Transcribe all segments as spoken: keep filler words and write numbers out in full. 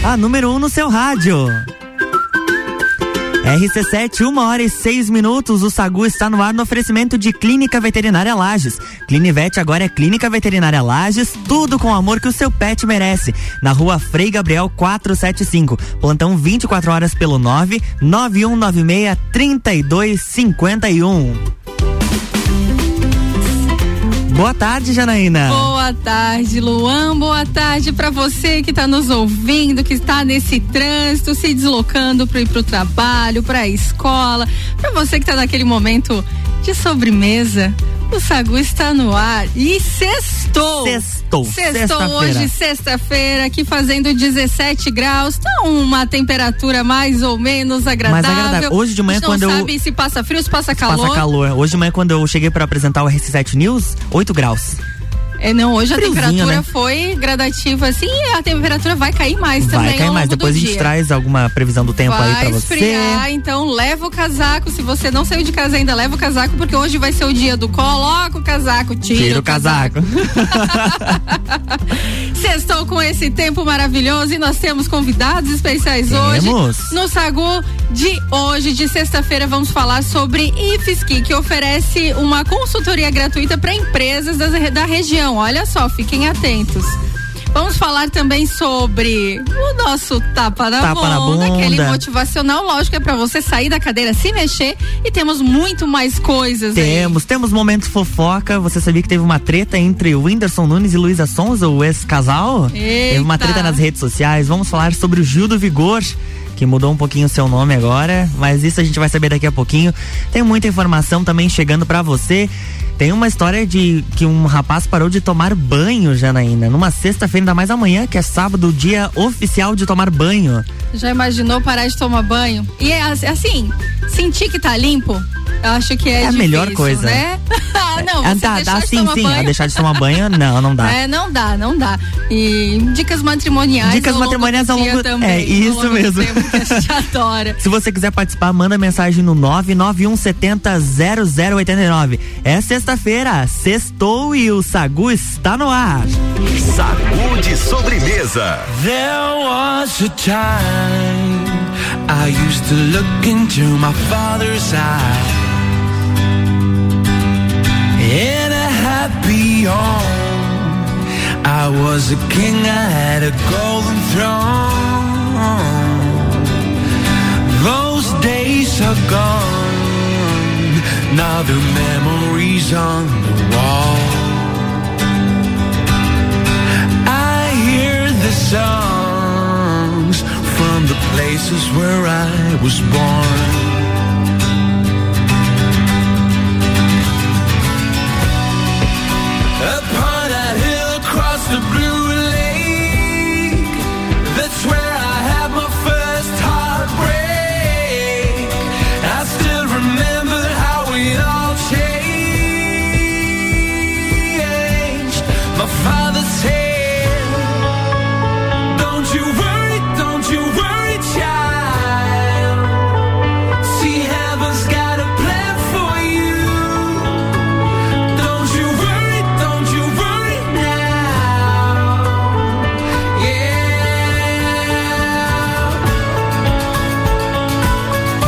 a número um no seu rádio. R C sete, uma hora e seis minutos, o Sagu está no ar no oferecimento de Clínica Veterinária Lages. Clinivete agora é Clínica Veterinária Lages, tudo com o amor que o seu pet merece. Na rua Frei Gabriel quatrocentos e setenta e cinco, plantão vinte e quatro horas pelo nove nove um nove seis, três dois cinco um. Boa tarde, Janaína. Boa tarde, Luan. Boa tarde para você que está nos ouvindo, que está nesse trânsito, se deslocando para ir pro trabalho, para a escola, para você que está naquele momento de sobremesa. O Sagu está no ar e sextou. Sextou. Sextou hoje, sexta-feira, aqui fazendo dezessete graus. Tá uma temperatura mais ou menos agradável. Mais agradável. Hoje de manhã, quando eu. Não sabe se passa frio, se passa calor. Passa calor. Hoje de manhã, quando eu cheguei para apresentar o R C sete News, oito graus. É, não, hoje Friozinho, a temperatura, né, foi gradativa assim, e a temperatura vai cair mais vai também. Vai cair mais, depois a gente dia. traz alguma previsão do tempo vai aí pra você. Vai esfriar, então leva o casaco, se você não saiu de casa ainda, leva o casaco, porque hoje vai ser o dia do coloca o casaco, tira, tira o o casaco. casaco. Sextou com esse tempo maravilhoso e nós temos convidados especiais temos. hoje. No Sagu de hoje, de sexta-feira, vamos falar sobre I F S C, que oferece uma consultoria gratuita para empresas da, da região. Olha só, fiquem atentos. Vamos falar também sobre o nosso tapa na, tapa bunda, na bunda, aquele motivacional, lógico, é pra você sair da cadeira, se mexer, e temos muito mais coisas Temos, aí. temos momentos fofoca. Você sabia que teve uma treta entre o Whindersson Nunes e Luísa Sonza, o ex-casal? Eita. Teve uma treta nas redes sociais. Vamos falar sobre o Gil do Vigor, que mudou um pouquinho o seu nome agora, mas isso a gente vai saber daqui a pouquinho. Tem muita informação também chegando pra você. Tem uma história de que um rapaz parou de tomar banho, Janaína, numa sexta-feira, ainda mais amanhã, que é sábado, dia oficial de tomar banho. Já imaginou parar de tomar banho? E é assim, sentir que tá limpo, eu acho que é, é a difícil, melhor coisa, né? não, é, você dá, deixar dá de sim, tomar sim, banho. a deixar de tomar banho, não, não dá. É, não dá, não dá. E dicas matrimoniais. Dicas ao matrimoniais ao longo, também, é isso ao mesmo. Tempo que a gente adora. Se você quiser participar, manda mensagem no nove nove um sete zero zero zero oito nove. É sexta-feira, sextou e o Sagu está no ar. Sagu de sobremesa. There was a time I used to look into my father's eyes. In a happy home, I was a king, I had a golden throne. Those days are gone, now the memories on the wall. I hear the songs from the places where I was born. Upon that hill across the blue lake, that's where I had my first heartbreak. I still remember how it all changed. My father said, don't you worry, don't you worry, child. See, heaven's got a plan for you. Don't you worry, don't you worry now. Yeah. Oh.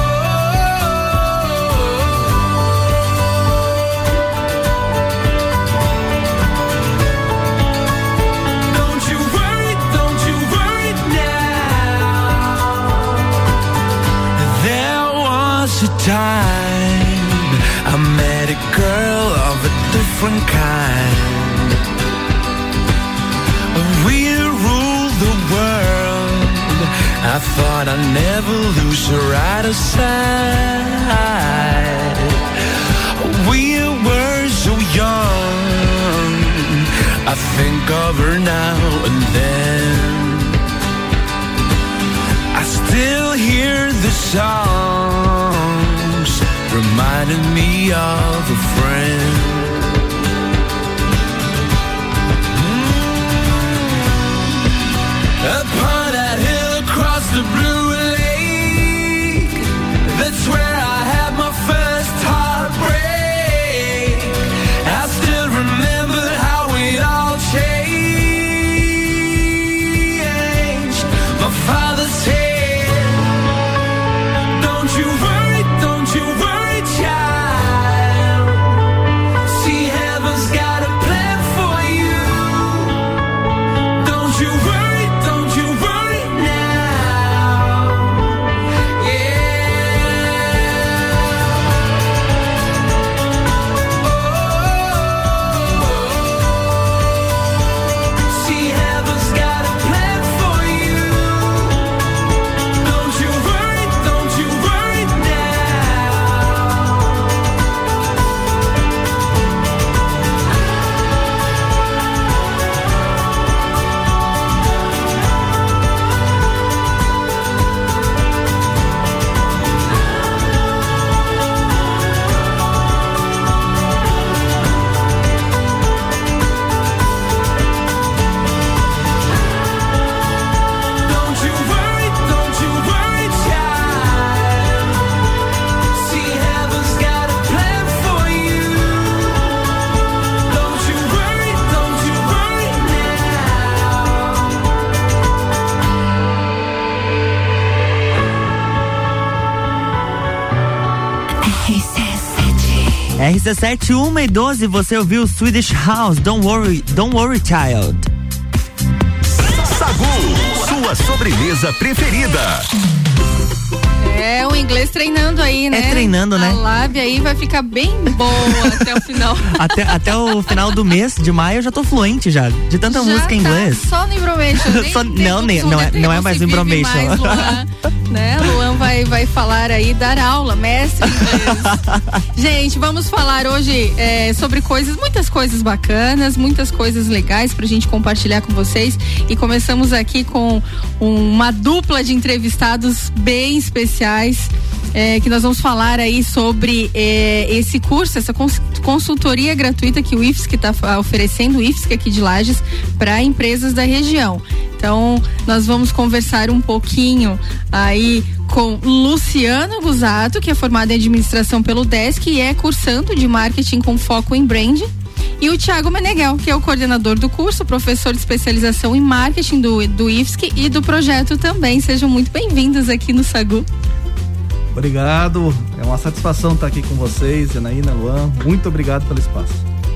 Don't you worry, don't you worry now. There was a time I met a girl of a different kind. We ruled the world. I thought I'd never lose her out of sight. We were so young, I think of her now and then. I still hear the songs reminding me of a friend. Upon that hill across the blue lake, that's where I had my first heartbreak. I still remember how it all changed. My father R C sete, uma e doze, você ouviu Swedish House, Don't Worry, Don't Worry Child. Sagu, sua sobremesa preferida. É, o inglês treinando aí, né? É treinando, né? A lábia aí vai ficar bem boa até o final. Até, até o final do mês de maio eu já tô fluente já, de tanta já música em tá inglês. Só no Imbromation. Só, não, nem, não, é, não é mais o Imbromation. Mais, Luan, né? Luan vai, vai falar aí, dar aula, mestre em inglês. Gente, vamos falar hoje é, sobre coisas, muitas coisas bacanas, muitas coisas legais pra gente compartilhar com vocês. E começamos aqui com uma dupla de entrevistados bem especiais. É, que nós vamos falar aí sobre é, esse curso, essa cons- consultoria gratuita que o I F S C está oferecendo, o I F S C aqui de Lages, para empresas da região. Então, nós vamos conversar um pouquinho aí com Luciano Gusato, que é formado em administração pelo D E S C e é cursando de marketing com foco em branding. E o Thiago Meneghel, que é o coordenador do curso, professor de especialização em marketing do, do I F S C e do projeto também. Sejam muito bem-vindos aqui no Sagu. Obrigado, é uma satisfação estar aqui com vocês, Janaína, Luan, muito obrigado pelo espaço.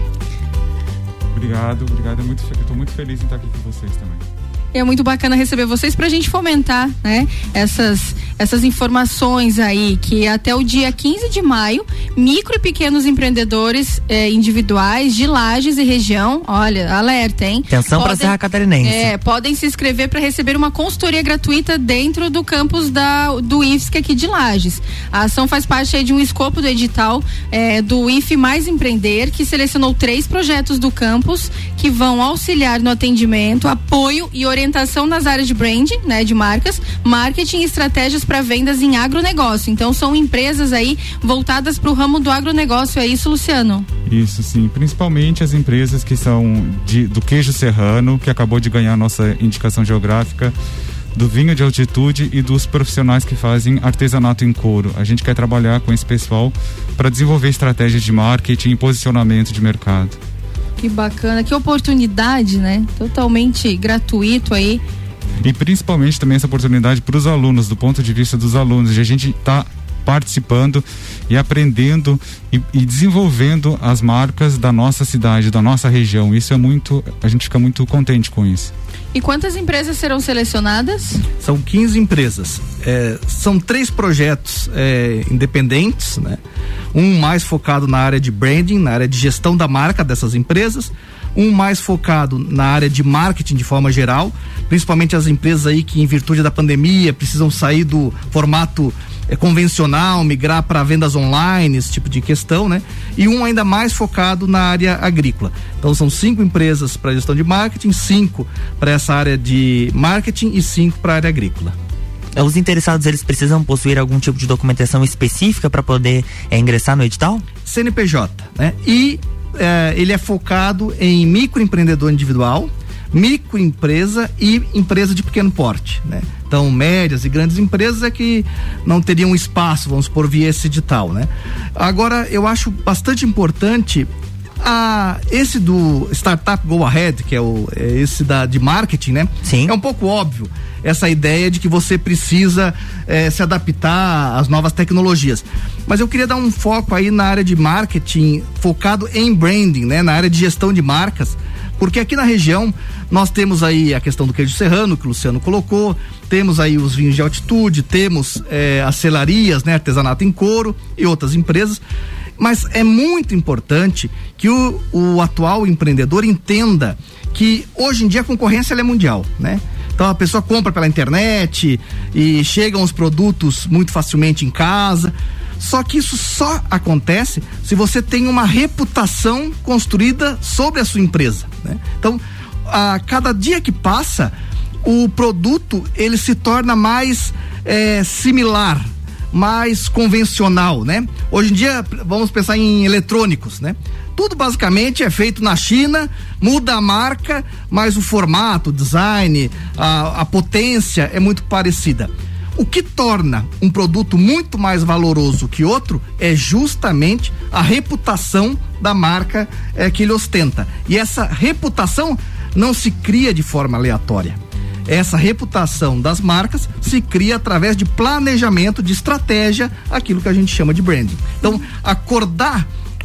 Obrigado, obrigado, é muito, eu estou muito feliz em estar aqui com vocês também. É muito bacana receber vocês pra gente fomentar, né? Essas, essas informações aí, que até o dia quinze de maio, micro e pequenos empreendedores eh, individuais de Lages e região, olha, alerta, hein? Atenção para Serra Catarinense. É, podem se inscrever para receber uma consultoria gratuita dentro do campus da, do I F S C aqui de Lages. A ação faz parte aí de um escopo do edital eh, do I F Mais Empreender, que selecionou três projetos do campus que vão auxiliar no atendimento, apoio e orientação nas áreas de branding, né, de marcas, marketing e estratégias para vendas em agronegócio. Então são empresas aí voltadas para o ramo do agronegócio, é isso, Luciano? Isso, sim, principalmente as empresas que são de, do queijo serrano, que acabou de ganhar a nossa indicação geográfica, do vinho de altitude e dos profissionais que fazem artesanato em couro. A gente quer trabalhar com esse pessoal para desenvolver estratégias de marketing e posicionamento de mercado. Que bacana, que oportunidade, né? Totalmente gratuito aí. E principalmente também essa oportunidade para os alunos, do ponto de vista dos alunos, de a gente tá participando e aprendendo e, e desenvolvendo as marcas da nossa cidade, da nossa região. Isso é muito, a gente fica muito contente com isso. E quantas empresas serão selecionadas? São quinze empresas. É, são três projetos é, independentes, né? Um mais focado na área de branding, na área de gestão da marca dessas empresas. Um mais focado na área de marketing de forma geral, principalmente as empresas aí que, em virtude da pandemia, precisam sair do formato é, convencional, migrar para vendas online, esse tipo de questão, né? E um ainda mais focado na área agrícola. Então são cinco empresas para gestão de marketing, cinco para essa área de marketing e cinco para a área agrícola. Os interessados, eles precisam possuir algum tipo de documentação específica para poder é, ingressar no edital? C N P J, né? E é, ele é focado em microempreendedor individual, microempresa e empresa de pequeno porte, né? Então, médias e grandes empresas é que não teriam espaço, vamos supor, via esse edital, né? Agora, eu acho bastante importante a, esse do Startup Go Ahead, que é, o, é esse da, de marketing, né? Sim. É um pouco óbvio essa ideia de que você precisa eh, se adaptar às novas tecnologias. Mas eu queria dar um foco aí na área de marketing focado em branding, né? Na área de gestão de marcas, porque aqui na região nós temos aí a questão do queijo serrano, que o Luciano colocou, temos aí os vinhos de altitude, temos eh, as selarias, né? Artesanato em couro e outras empresas. Mas é muito importante que o, o atual empreendedor entenda que hoje em dia a concorrência ela é mundial, né? Então a pessoa compra pela internet e chegam os produtos muito facilmente em casa. Só que isso só acontece se você tem uma reputação construída sobre a sua empresa, né? Então, a cada dia que passa, o produto ele se torna mais é, similar, mais convencional, né? Hoje em dia, vamos pensar em eletrônicos, né? Tudo basicamente é feito na China, muda a marca, mas o formato, o design, a, a potência é muito parecida. O que torna um produto muito mais valoroso que outro é justamente a reputação da marca é, que ele ostenta. E essa reputação não se cria de forma aleatória. Essa reputação das marcas se cria através de planejamento, de estratégia, aquilo que a gente chama de branding. Então, acordar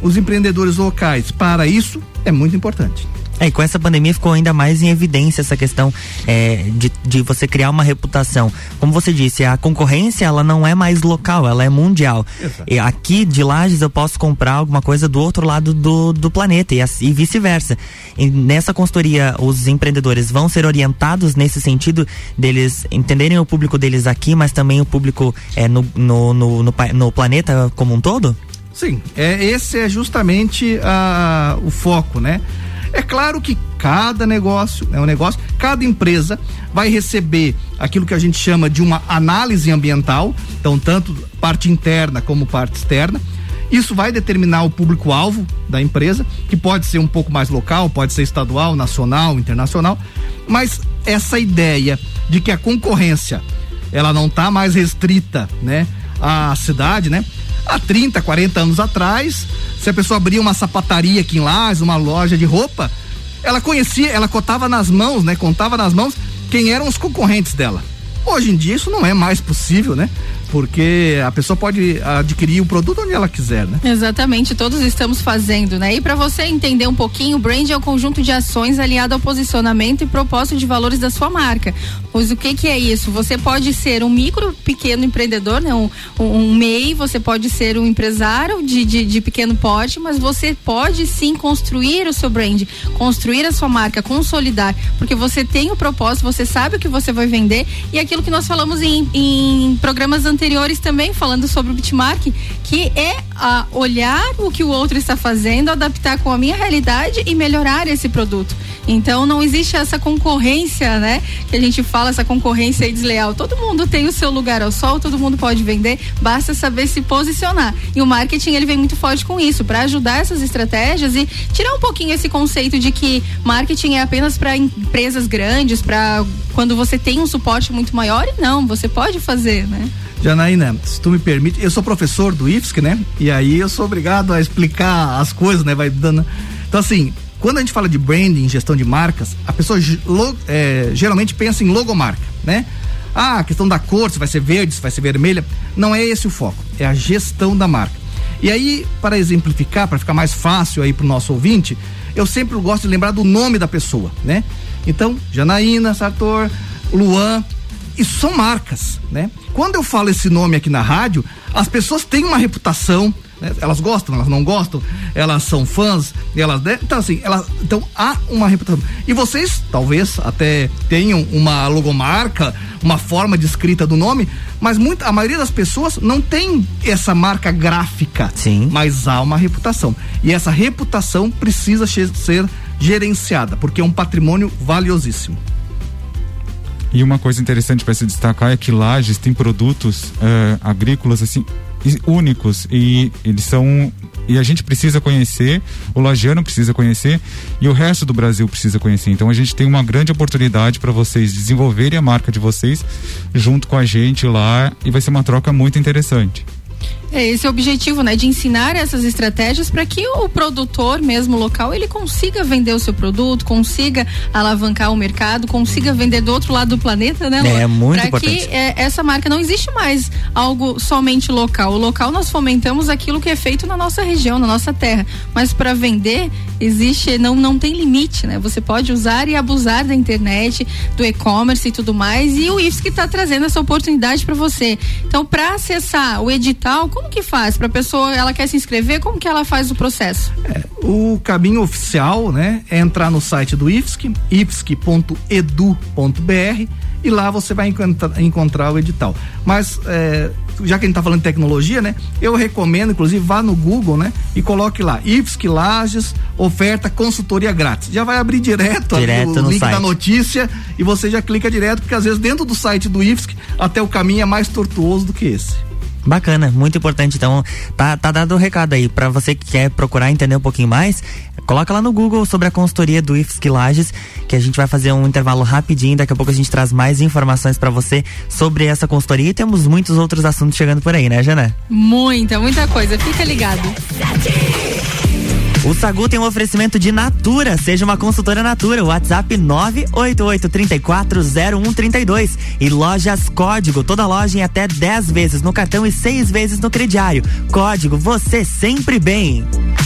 os empreendedores locais para isso é muito importante. É, e com essa pandemia ficou ainda mais em evidência essa questão é, de, de você criar uma reputação. Como você disse, a concorrência ela não é mais local, ela é mundial. Exato. E aqui de Lages eu posso comprar alguma coisa do outro lado do, do planeta e, e vice-versa. E nessa consultoria os empreendedores vão ser orientados nesse sentido deles entenderem o público deles aqui, mas também o público é, no, no, no, no, no planeta como um todo? Sim, é, esse é justamente a, o foco, né? É claro que cada negócio, é um negócio, cada empresa vai receber aquilo que a gente chama de uma análise ambiental, então tanto parte interna como parte externa. Isso vai determinar o público-alvo da empresa, que pode ser um pouco mais local, pode ser estadual, nacional, internacional, mas essa ideia de que a concorrência, ela não está mais restrita, né, à cidade, né? Há trinta, quarenta anos atrás, se a pessoa abria uma sapataria aqui em Lages, uma loja de roupa, ela conhecia, ela cotava nas mãos, né? Contava nas mãos quem eram os concorrentes dela. Hoje em dia isso não é mais possível, né? Porque a pessoa pode adquirir o produto onde ela quiser, né? Exatamente, todos estamos fazendo, né? E para você entender um pouquinho, o brand é o conjunto de ações aliado ao posicionamento e propósito de valores da sua marca. Pois o que que é isso? Você pode ser um micro, pequeno empreendedor, né? Um, um, um M E I, você pode ser um empresário de, de, de pequeno porte, mas você pode sim construir o seu brand, construir a sua marca, consolidar, porque você tem o propósito, você sabe o que você vai vender e aquilo que nós falamos em, em programas anteriores anteriores também, falando sobre o Bitmark, que é a olhar o que o outro está fazendo, adaptar com a minha realidade e melhorar esse produto. Então não existe essa concorrência, né? Que a gente fala, essa concorrência desleal. Todo mundo tem o seu lugar ao sol, todo mundo pode vender, basta saber se posicionar. E o marketing, ele vem muito forte com isso, para ajudar essas estratégias e tirar um pouquinho esse conceito de que marketing é apenas para empresas grandes, para quando você tem um suporte muito maior, e não, você pode fazer, né? Janaína, se tu me permite, eu sou professor do I F S C, né? E aí eu sou obrigado a explicar as coisas, né? Vai dando. Então, assim, quando a gente fala de branding, gestão de marcas, a pessoa é, geralmente pensa em logomarca, né? Ah, a questão da cor, se vai ser verde, se vai ser vermelha. Não é esse o foco, é a gestão da marca. E aí, para exemplificar, para ficar mais fácil aí pro nosso ouvinte, eu sempre gosto de lembrar do nome da pessoa, né? Então, Janaína Sartor, Luan, isso são marcas, né? Quando eu falo esse nome aqui na rádio, as pessoas têm uma reputação, né? Elas gostam, elas não gostam, elas são fãs, elas, né? Então assim, elas, então há uma reputação. E vocês talvez até tenham uma logomarca, uma forma de escrita do nome, mas muita, a maioria das pessoas não tem essa marca gráfica. Sim. Mas há uma reputação. E essa reputação precisa ser gerenciada, porque é um patrimônio valiosíssimo. E uma coisa interessante para se destacar é que Lages tem produtos uh, agrícolas assim únicos e eles são e a gente precisa conhecer, o lagiano precisa conhecer e o resto do Brasil precisa conhecer. Então a gente tem uma grande oportunidade para vocês desenvolverem a marca de vocês junto com a gente lá e vai ser uma troca muito interessante. É esse é o objetivo, né? De ensinar essas estratégias para que o produtor mesmo local, ele consiga vender o seu produto, consiga alavancar o mercado, consiga vender do outro lado do planeta, né? É muito pra importante. Que é, essa marca não existe mais algo somente local. O local nós fomentamos aquilo que é feito na nossa região, na nossa terra. Mas para vender, existe, não, não tem limite, né? Você pode usar e abusar da internet, do e-commerce e tudo mais. E o I F S C está trazendo essa oportunidade para você. Então, para acessar o edital, como que faz? Para a pessoa, ela quer se inscrever, como que ela faz o processo? É, o caminho oficial, né, é entrar no site do I F S C, i f s c ponto e d u ponto b r, e lá você vai encontrar, encontrar o edital. Mas, é, já que a gente tá falando de tecnologia, né, eu recomendo, inclusive, vá no Google, né, e coloque lá, I F S C Lages, oferta consultoria grátis. Já vai abrir direto, direto o no link site da notícia e você já clica direto, porque às vezes dentro do site do I F S C, até o caminho é mais tortuoso do que esse. Bacana, muito importante. Então, tá, tá dado o recado aí. Pra você que quer procurar entender um pouquinho mais, coloca lá no Google sobre a consultoria do I F S C Lages, que a gente vai fazer um intervalo rapidinho. Daqui a pouco a gente traz mais informações pra você sobre essa consultoria e temos muitos outros assuntos chegando por aí, né, Jana? Muita, muita coisa. Fica ligado. O Sagu tem um oferecimento de Natura. Seja uma consultora Natura. WhatsApp nove oito oito, três quatro zero um três dois. E Lojas Código. Toda loja em até dez vezes no cartão e seis vezes no crediário. Código, você sempre bem.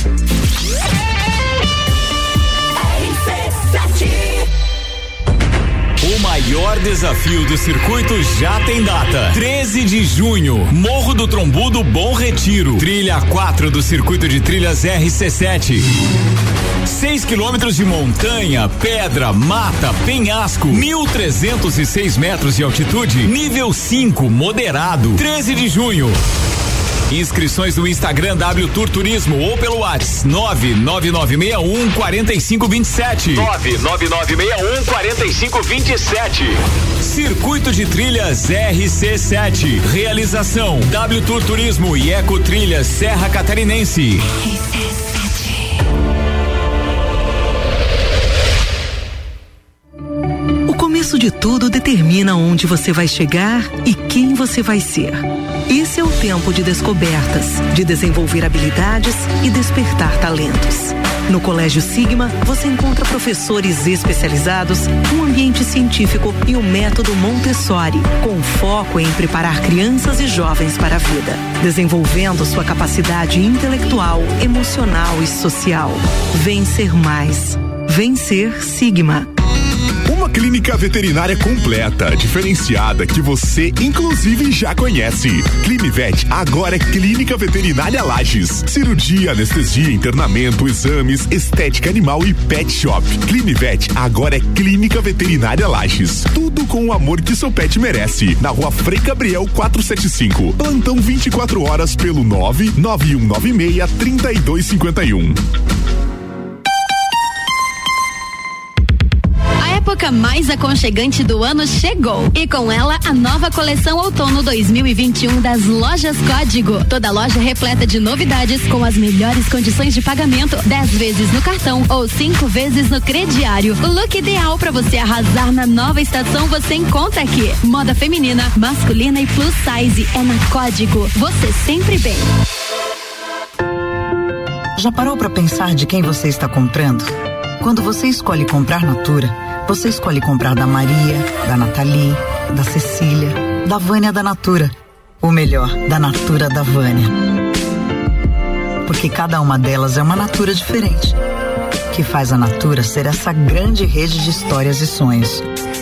O maior desafio do circuito já tem data. treze de junho, Morro do Trombudo, Bom Retiro. Trilha quatro do circuito de trilhas R C sete. seis quilômetros de montanha, pedra, mata, penhasco, mil trezentos e seis metros de altitude, nível cinco, moderado. treze de junho. Inscrições no Instagram W Tour Turismo ou pelo WhatsApp nove nove nove seis um quatro cinco dois sete. nove nove nove seis um quatro cinco dois sete. Circuito de Trilhas R C sete. Realização W Tour Turismo e Eco Trilhas Serra Catarinense. O começo de tudo determina onde você vai chegar e quem você vai ser. Esse é o tempo de descobertas, de desenvolver habilidades e despertar talentos. No Colégio Sigma, você encontra professores especializados, um ambiente científico e o método Montessori, com foco em preparar crianças e jovens para a vida, desenvolvendo sua capacidade intelectual, emocional e social. Vencer mais. Vencer Sigma. Uma clínica veterinária completa, diferenciada, que você inclusive já conhece. Clinivet agora é Clínica Veterinária Lages. Cirurgia, anestesia, internamento, exames, estética animal e pet shop. Clinivet agora é Clínica Veterinária Lages. Tudo com o amor que seu pet merece. Na Rua Frei Gabriel quatrocentos e setenta e cinco. Plantão vinte e quatro horas pelo nove nove um nove seis, três dois cinco um. A época mais aconchegante do ano chegou e com ela a nova coleção outono dois mil e vinte e um das Lojas Código. Toda loja repleta de novidades com as melhores condições de pagamento, dez vezes no cartão ou cinco vezes no crediário. O look ideal para você arrasar na nova estação você encontra aqui. Moda feminina, masculina e plus size é na Código. Você sempre bem. Já parou para pensar de quem você está comprando? Quando você escolhe comprar Natura, você escolhe comprar da Maria, da Nathalie, da Cecília, da Vânia da Natura. Ou melhor, da Natura da Vânia. Porque cada uma delas é uma Natura diferente, que faz a Natura ser essa grande rede de histórias e sonhos,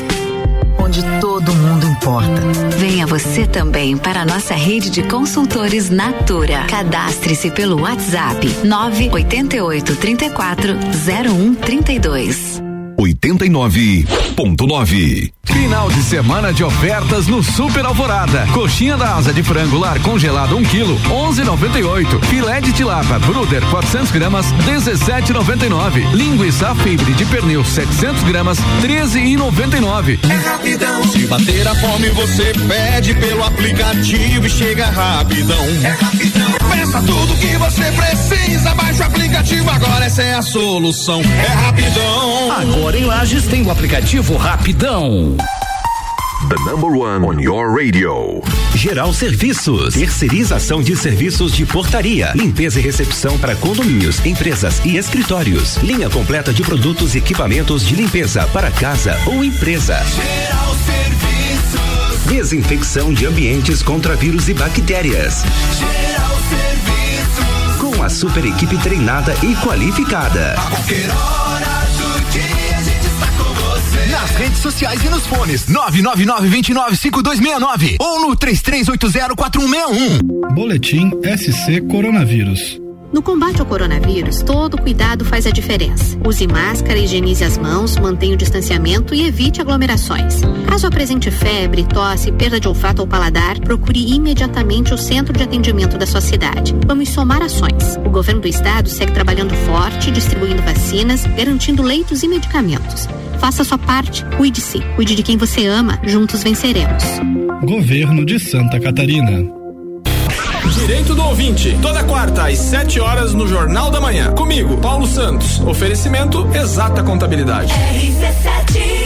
onde todo mundo importa. Venha você também para a nossa rede de consultores Natura. Cadastre-se pelo WhatsApp nove oito oito, três quatro zero um três dois. oitenta e nove ponto nove. Final de semana de ofertas no Super Alvorada. Coxinha da asa de frango lar congelado um quilo, onze e noventa e oito. Filé de tilapa Bruder quatrocentos gramas, dezessete e noventa e nove. Linguiça fibre de pernil setecentos gramas, treze e noventa e nove. É rapidão. Se bater a fome você pede pelo aplicativo e chega rapidão. É rapidão. Peça tudo que você precisa, baixa o aplicativo agora, essa é a solução. É rapidão. Agora em Lages tem o aplicativo Rapidão. The number one on your radio. Geral Serviços, terceirização de serviços de portaria, limpeza e recepção para condomínios, empresas e escritórios. Linha completa de produtos e equipamentos de limpeza para casa ou empresa. Geral Serviços. Desinfecção de ambientes contra vírus e bactérias. Geral Serviços. Com a super equipe treinada e qualificada. A qualquer hora do dia a gente está com você. Nas redes sociais e nos fones nove nove nove, dois nove, cinco dois seis nove ou no três três oito zero, quatro um seis um. Boletim S C Coronavírus. No combate ao coronavírus, todo cuidado faz a diferença. Use máscara, higienize as mãos, mantenha o distanciamento e evite aglomerações. Caso apresente febre, tosse, perda de olfato ou paladar, procure imediatamente o centro de atendimento da sua cidade. Vamos somar ações. O governo do estado segue trabalhando forte, distribuindo vacinas, garantindo leitos e medicamentos. Faça a sua parte, cuide-se, cuide de quem você ama, juntos venceremos. Governo de Santa Catarina. Direito do Ouvinte, toda quarta às sete horas no Jornal da Manhã. Comigo, Paulo Santos. Oferecimento Exata Contabilidade. R C sete.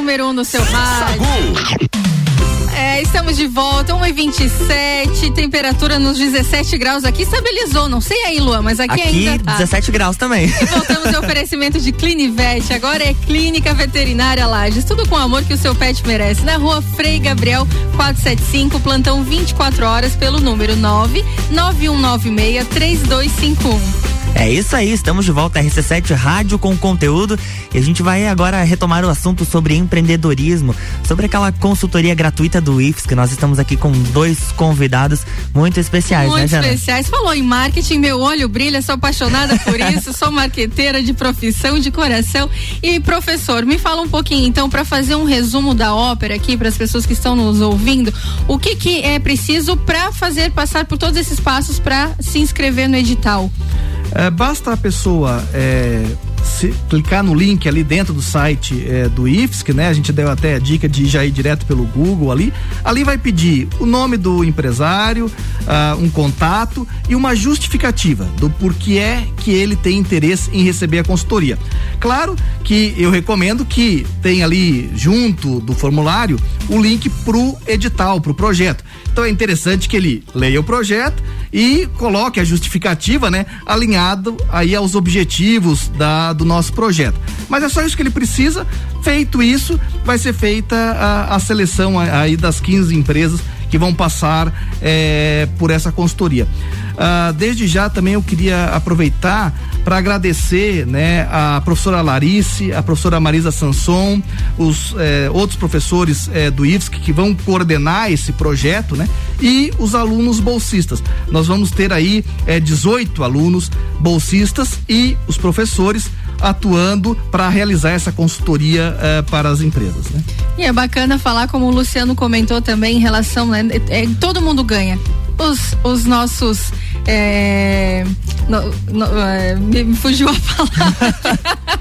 número um no seu rádio. É, estamos de volta, uma e vinte e sete, temperatura nos dezessete graus aqui, estabilizou, não sei aí, Luan, mas aqui, aqui ainda tá. dezessete graus também. E voltamos ao oferecimento de Clinivete, agora é Clínica Veterinária Lages, tudo com o amor que o seu pet merece, na rua Frei Gabriel quatrocentos e setenta e cinco, plantão vinte e quatro horas pelo número nove nove um nove seis três dois cinco um. É isso aí, estamos de volta, R C sete Rádio com conteúdo, e a gente vai agora retomar o assunto sobre empreendedorismo, sobre aquela consultoria gratuita do I F S, que nós estamos aqui com dois convidados muito especiais, muito né, Jana? Muito especiais, falou em marketing, meu olho brilha, sou apaixonada por isso, sou marqueteira de profissão, de coração. E professor, me fala um pouquinho então, para fazer um resumo da ópera aqui para as pessoas que estão nos ouvindo, o que que é preciso para fazer passar por todos esses passos para se inscrever no edital? É, basta a pessoa é, se, clicar no link ali dentro do site é, do I F S C, né? A gente deu até a dica de já ir direto pelo Google ali. Ali vai pedir o nome do empresário, uh, um contato e uma justificativa do porquê é que ele tem interesse em receber a consultoria. Claro que eu recomendo que tenha ali junto do formulário o link pro edital, pro projeto. Então é interessante que ele leia o projeto e coloque a justificativa, né, alinhado aí aos objetivos da, do nosso projeto. Mas é só isso que ele precisa. Feito isso, vai ser feita a, a seleção aí das quinze empresas que vão passar é, por essa consultoria. Ah, desde já também eu queria aproveitar para agradecer, né, a professora Larice, a professora Marisa Sanson, os eh, outros professores eh, do I F S C que vão coordenar esse projeto, né, e os alunos bolsistas. Nós vamos ter aí eh, dezoito alunos bolsistas e os professores atuando para realizar essa consultoria eh, para as empresas, né? E é bacana falar, como o Luciano comentou também, em relação, né, é, todo mundo ganha. Os, os nossos é, no, no, é, me fugiu a palavra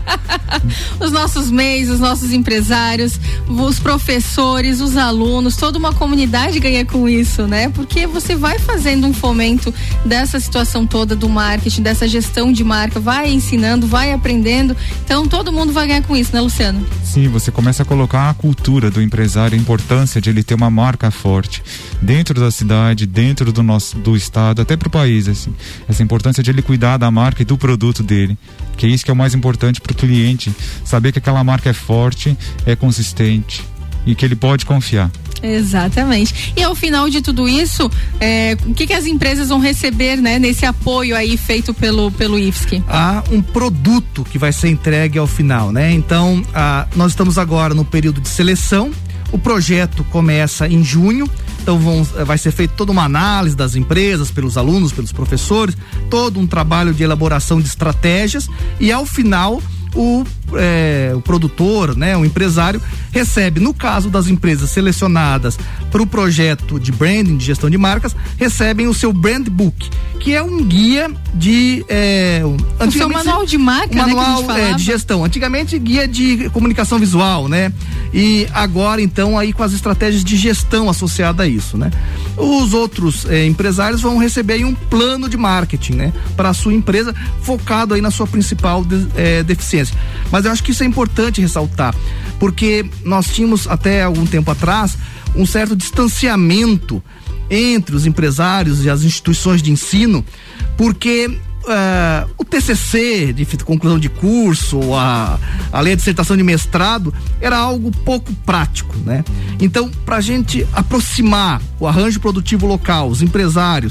os nossos meios, os nossos empresários, os professores, os alunos, toda uma comunidade ganha com isso, né? Porque você vai fazendo um fomento dessa situação toda do marketing, dessa gestão de marca, vai ensinando, vai aprendendo, então todo mundo vai ganhar com isso, né, Luciano? Sim, você começa a colocar a cultura do empresário, a importância de ele ter uma marca forte dentro da cidade, dentro do nosso do estado, até pro país, assim. Essa importância de ele cuidar da marca e do produto dele, que é isso que é o mais importante pro cliente, saber que aquela marca é forte, é consistente e que ele pode confiar. Exatamente. E ao final de tudo isso, é, o que que as empresas vão receber, né, nesse apoio aí feito pelo pelo I F S C? Há um produto que vai ser entregue ao final, né? Então, ah, nós estamos agora no período de seleção. O projeto começa em junho, então vão, vai ser feita toda uma análise das empresas, pelos alunos, pelos professores, todo um trabalho de elaboração de estratégias e ao final o, é, o produtor, né, o empresário recebe, no caso das empresas selecionadas para o projeto de branding, de gestão de marcas, recebem o seu brand book, que é um guia de é, o seu manual de marca, um manual, né, que a gente é, de gestão, antigamente guia de comunicação visual, né? E agora então aí com as estratégias de gestão associada a isso, né? Os outros é, empresários vão receber aí um plano de marketing, né, para a sua empresa, focado aí na sua principal de, é, deficiência. Mas eu acho que isso é importante ressaltar, porque nós tínhamos até algum tempo atrás um certo distanciamento entre os empresários e as instituições de ensino, porque uh, o T C C de conclusão de curso, a, a lei de dissertação de mestrado era algo pouco prático, né? Então, para a gente aproximar o arranjo produtivo local, os empresários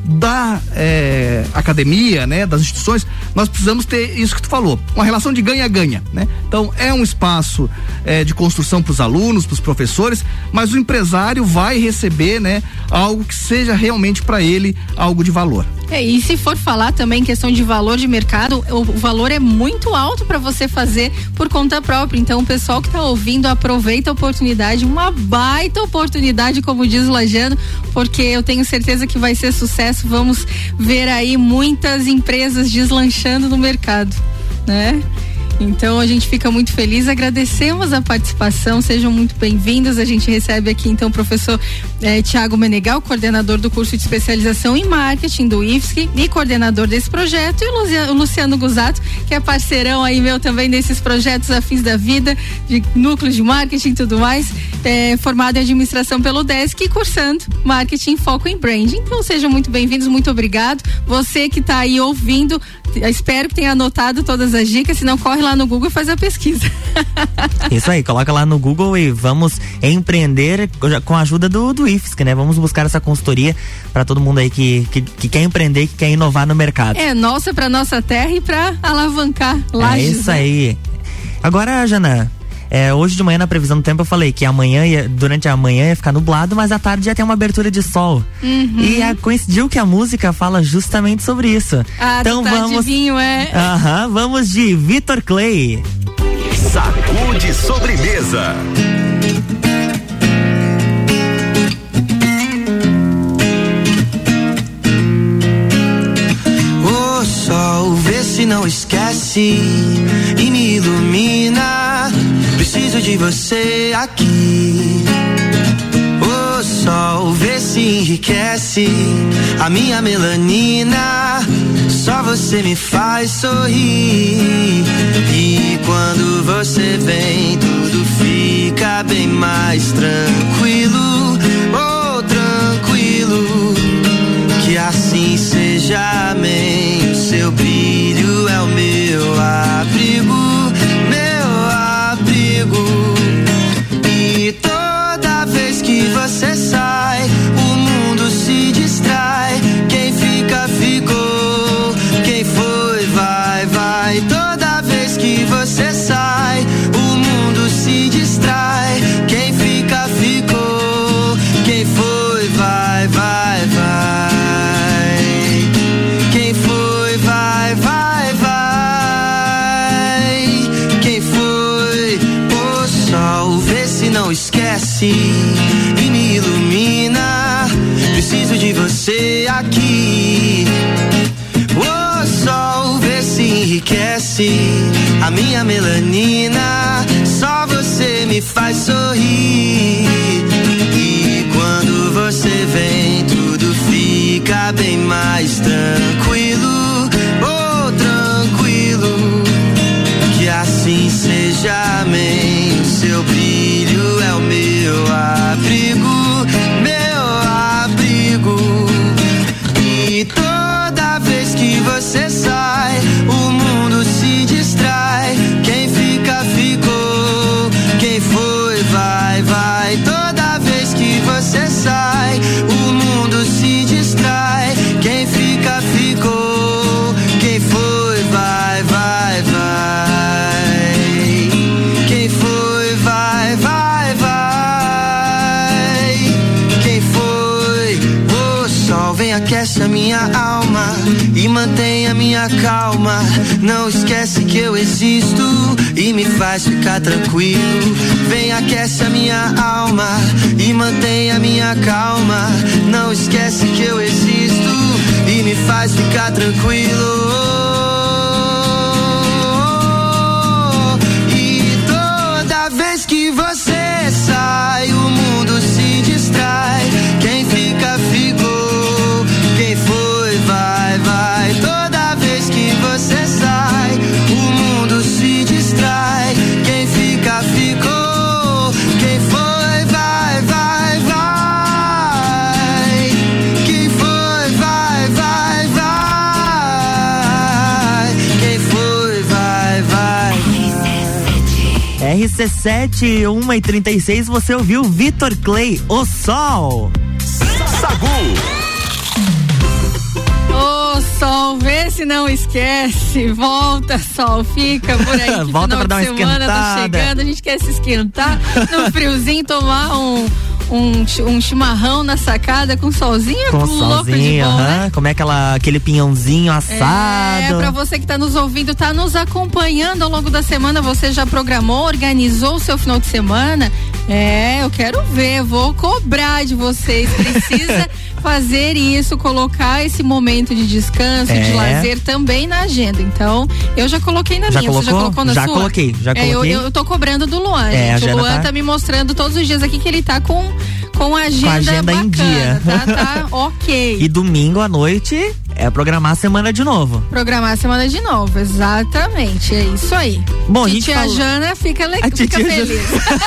da é, academia, né, das instituições, nós precisamos ter isso que tu falou, uma relação de ganha-ganha, né? Então é um espaço é, de construção para os alunos, para os professores, mas o empresário vai receber, né, algo que seja realmente para ele algo de valor. É, e se for falar também em questão de valor de mercado, o, o valor é muito alto para você fazer por conta própria. Então, o pessoal que está ouvindo, aproveita a oportunidade, uma baita oportunidade, como diz o Lajano, porque eu tenho certeza que vai ser sucesso. Vamos ver aí muitas empresas deslanchando no mercado, né? Então a gente fica muito feliz, agradecemos a participação, sejam muito bem-vindos. A gente recebe aqui então o professor eh, Tiago Menegal, coordenador do curso de especialização em marketing do I F S C e coordenador desse projeto, e o Luciano, o Luciano Gusato, que é parceirão aí meu também desses projetos afins da vida, de núcleos de marketing e tudo mais, eh, formado em administração pelo D E S C e cursando marketing foco em branding. Então sejam muito bem-vindos, muito obrigado. Você que está aí ouvindo, espero que tenha anotado todas as dicas, senão corre lá no Google e faz a pesquisa. Isso aí, coloca lá no Google e vamos empreender com a ajuda do, do I F S C, né? Vamos buscar essa consultoria para todo mundo aí que, que, que quer empreender, que quer inovar no mercado. É nossa, para nossa terra e para alavancar Lages. É isso né? aí. Agora, Jana, É, hoje de manhã na previsão do tempo eu falei que amanhã ia, durante a manhã ia ficar nublado, mas à tarde já tem uma abertura de sol. Uhum. E a, coincidiu que a música fala justamente sobre isso. Ah, então tá vamos. De vinho, é. Aham, vamos de Vitor Clay. Sacude sobremesa. O sol, vê se não esquece e me ilumina. Preciso de você aqui. O sol, vê se enriquece a minha melanina. Só você me faz sorrir. E quando você vem, tudo fica bem mais tranquilo. Oh, tranquilo. Que assim seja, amém. O seu brilho é o meu abrigo. E toda vez que você sai, o mundo se distrai. Quem fica, ficou. Quem foi, vai, vai. Toda vez que você sai, o mundo se distrai. Quem fica, ficou. Quem foi, vai, vai, vai. Quem foi, vai, vai, vai. Quem foi? O sol, vê se não esquece e me ilumina. Preciso de você aqui. O sol, vê se enriquece a minha melanina. Só você me faz sorrir. E quando você vem, tudo fica bem mais tranquilo. Oh, tranquilo. Que assim seja, amém. O seu brilho é o meu abrigo, meu abrigo. E toda vez que você sai, o mundo se distrai. Quem fica, ficou. Quem foi, vai, vai. Toda vez que você sai, o mundo se distrai. Quem fica, ficou. Quem foi, vai, vai, vai. Quem foi, vai, vai, vai. Quem foi? O sol vem, aquece a minha alma e mantém a minha calma. Não esquece que eu existo e me faz ficar tranquilo. Vem, aquece a minha alma e mantém a minha calma. Não esquece que eu existo e me faz ficar tranquilo. E toda vez que você sai, o mundo se distrai. Quem fica, ficou. Quem foi, vai, vai. Toda vez que você sai, o mundo se distrai. Quem fica, ficou. Quem foi, vai, vai, vai. Quem foi, vai, vai, vai. Quem foi, vai, vai. R C sete, uma e trinta e seis, você ouviu Vitor Clay, O Sol. Sagu. Ô, sol, vê se não esquece. Volta, sol, fica por aí. Que Volta final pra dar uma de semana tá esquentada. chegando, a gente quer se esquentar no friozinho, tomar um, um, um chimarrão na sacada com solzinho, Com louco de solzinho, bom, aham, né? comer aquela, aquele pinhãozinho assado. É, pra você que tá nos ouvindo, tá nos acompanhando ao longo da semana, você já programou, organizou o seu final de semana? É, eu quero ver, vou cobrar de vocês. Precisa fazer isso, colocar esse momento de descanso, É. de lazer também na agenda. Então, eu já coloquei na Já minha. Você já colocou? colocou na Já sua? coloquei, já É, eu, coloquei. eu tô cobrando do Luan, É, a gente. O Jana Luan tá... tá- me mostrando todos os dias aqui que ele tá com, com a agenda, Com a agenda bacana, em dia. Tá, tá ok. E domingo à noite é programar a semana de novo. Programar a semana de novo, exatamente, é isso aí. Bom, a gente Titia falou- Jana fica, le... A fica titia feliz.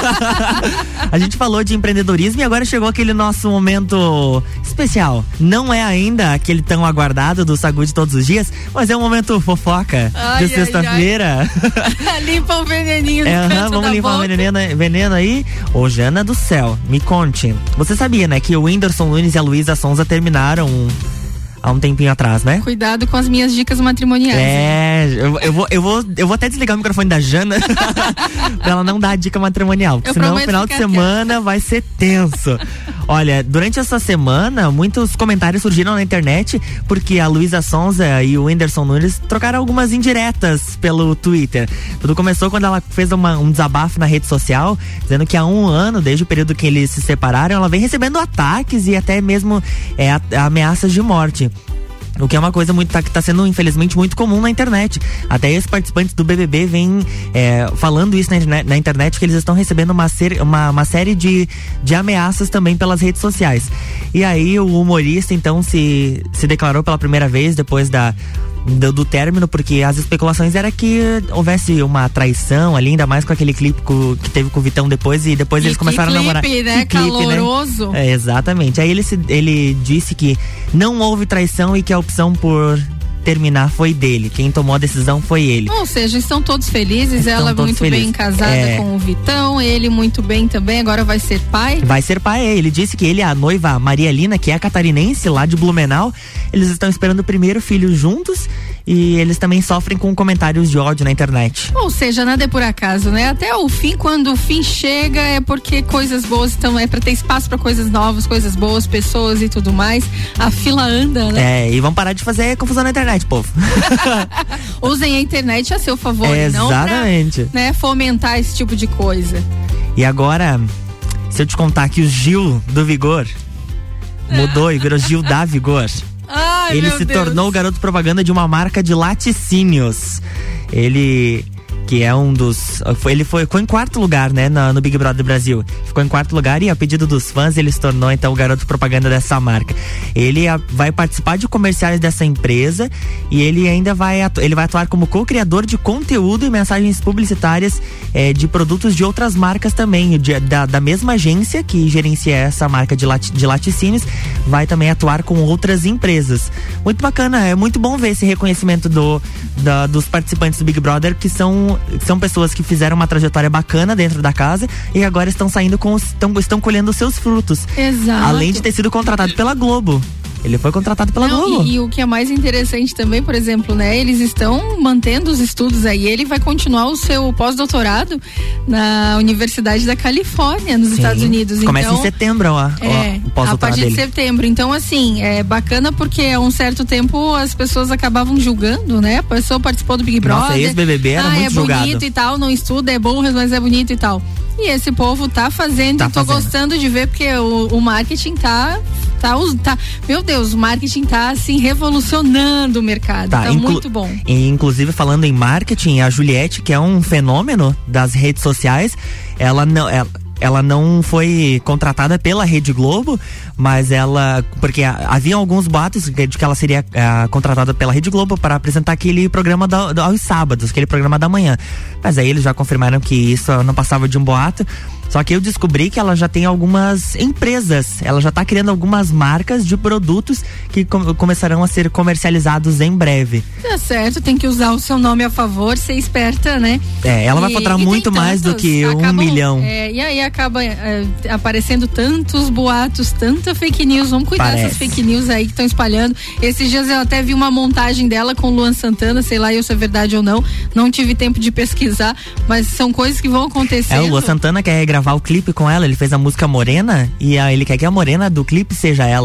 A gente falou de empreendedorismo e agora chegou aquele nosso momento especial. Não é ainda aquele tão aguardado do Sagu de todos os dias, mas é um momento fofoca Ai, de ai, sexta-feira. Limpa o veneninho do É, canto aham, vamos da limpar o boca. veneno, veneno aí. Ô, Jana do céu, me conte. Você sabia, né, que o Whindersson Nunes e a Luísa Sonza terminaram há um tempinho atrás, né? Cuidado com as minhas dicas matrimoniais. É, eu, eu, vou, eu, vou, eu vou até desligar o microfone da Jana pra ela não dar a dica matrimonial, porque Eu senão o prometo final de ficar semana vai ser tenso. Olha, durante essa semana, muitos comentários surgiram na internet porque a Luísa Sonza e o Whindersson Nunes trocaram algumas indiretas pelo Twitter. Tudo começou quando ela fez uma, um desabafo na rede social, dizendo que há um ano, desde o período que eles se separaram, ela vem recebendo ataques e até mesmo é, a- ameaças de morte. O que é uma coisa muito, tá, que tá sendo, infelizmente, muito comum na internet. Até esses participantes do B B B vêm é, falando isso na, internet- na internet, que eles estão recebendo uma, ser, uma, uma série de, de ameaças também pelas redes sociais. E aí o humorista, então, se, se declarou pela primeira vez depois da... Do, do término, porque as especulações era que houvesse uma traição ali, ainda mais com aquele clipe co, que teve com o Vitão depois, e depois E eles que começaram clipe, a namorar. né? Que clipe, Caloroso. É, exatamente. Aí ele, se, ele disse que não houve traição e que a opção por terminar foi dele. Quem tomou a decisão foi ele. Ou seja, estão todos felizes, Estão ela todos muito felizes. bem casada É. com o Vitão, ele muito bem também, agora vai ser pai. Vai ser pai, é. Ele disse que ele e a noiva Maria Lina, que é catarinense lá de Blumenau, eles estão esperando o primeiro filho juntos e eles também sofrem com comentários de ódio na internet. Ou seja, nada é por acaso, né? Até o fim, quando o fim chega, é porque coisas boas estão, é pra ter espaço pra coisas novas, coisas boas, pessoas e tudo mais. A fila anda, né? É, e vamos parar de fazer confusão na internet, povo. Usem a internet a seu favor, É, não pra, exatamente. né, fomentar esse tipo de coisa. E agora, se eu te contar que o Gil do Vigor mudou e virou Gil da Vigor. Ai, Ele meu se Deus. tornou o garoto propaganda de uma marca de laticínios. Ele, que é um dos... Foi, ele foi, ficou em quarto lugar, né, no, no Big Brother Brasil. Ficou em quarto lugar e, a pedido dos fãs, ele se tornou, então, o garoto propaganda dessa marca. Ele a, vai participar de comerciais dessa empresa e ele ainda vai, atu, ele vai atuar como co-criador de conteúdo e mensagens publicitárias eh, de produtos de outras marcas também. De, da, da mesma agência que gerencia essa marca de, lati, de laticínios, vai também atuar com outras empresas. Muito bacana, é muito bom ver esse reconhecimento do, da, dos participantes do Big Brother, que são, que são pessoas que fizeram uma trajetória bacana dentro da casa e agora estão saindo com, estão, estão colhendo os seus frutos. Exato. Além de ter sido contratado pela Globo. Ele foi contratado pela Não, Globo. E, e o que é mais interessante também, por exemplo, né? Eles estão mantendo os estudos aí. Ele vai continuar o seu pós-doutorado na Universidade da Califórnia, nos Sim. Estados Unidos. Começa então, em setembro, ó, é, ó, o a pós-doutorado partir dele. de setembro. Então, assim, é bacana porque há um certo tempo as pessoas acabavam julgando, né? A pessoa participou do Big Brother. Nossa, esse B B B era ah, muito é julgado. bonito e tal, não estuda, é bom, mas é bonito e tal. E esse povo tá fazendo, Tá e tô fazendo. gostando de ver, porque o, o marketing tá, tá, tá. Meu Deus, o marketing tá assim revolucionando o mercado. Tá, inclu- muito bom. E, inclusive, falando em marketing, a Juliette, que é um fenômeno das redes sociais, ela não. Ela, ela não foi contratada pela Rede Globo, mas ela, porque a- havia alguns boatos de que ela seria ah, contratada pela Rede Globo para apresentar aquele programa da, da- aos sábados, aquele programa da manhã. Mas aí eles já confirmaram que isso não passava de um boato. Só que eu descobri que ela já tem algumas empresas, ela já tá criando algumas marcas de produtos que com- começarão a ser comercializados em breve. Tá certo, tem que usar o seu nome a favor, ser esperta, né? É, ela vai E- faturar e tem muito mais do tantos, que um acabam, milhão. é, e aí acaba é, aparecendo tantos boatos, tanta fake news. Vamos cuidar Parece. dessas fake news aí que estão espalhando. Esses dias eu até vi uma montagem dela com o Luan Santana, sei lá eu se é verdade ou não. Não tive tempo de pesquisar, mas são coisas que vão acontecer. É, o Luan Santana quer gravar o clipe com ela, ele fez a música Morena e a, ele quer que a morena do clipe seja ela.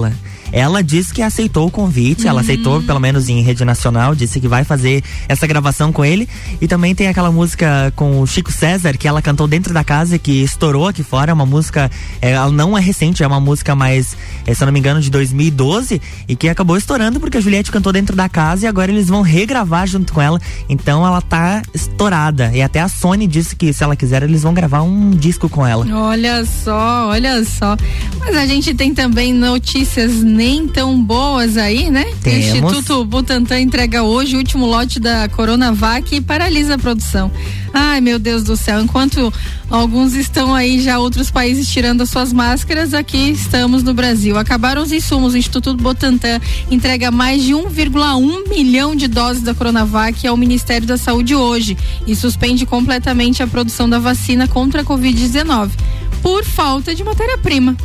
ela disse que aceitou o convite, uhum. ela aceitou, pelo menos em rede nacional, disse que vai fazer essa gravação com ele. E também tem aquela música com o Chico César, que ela cantou dentro da casa, que estourou aqui fora, é uma música, é, ela não é recente, é uma música mais, é, se eu não me engano, de dois mil e doze, e que acabou estourando porque a Juliette cantou dentro da casa e agora eles vão regravar junto com ela, então ela tá estourada, e até a Sony disse que se ela quiser eles vão gravar um disco com ela. Olha só, olha só, mas a gente tem também notícias nem tão boas aí, né? Temos. O Instituto Butantan entrega hoje o último lote da Coronavac e paralisa a produção. Ai, meu Deus do céu, enquanto alguns estão aí já outros países tirando as suas máscaras, aqui estamos no Brasil. Acabaram os insumos, o Instituto Butantan entrega mais de um vírgula um milhão de doses da Coronavac ao Ministério da Saúde hoje e suspende completamente a produção da vacina contra a covid dezenove por falta de matéria-prima.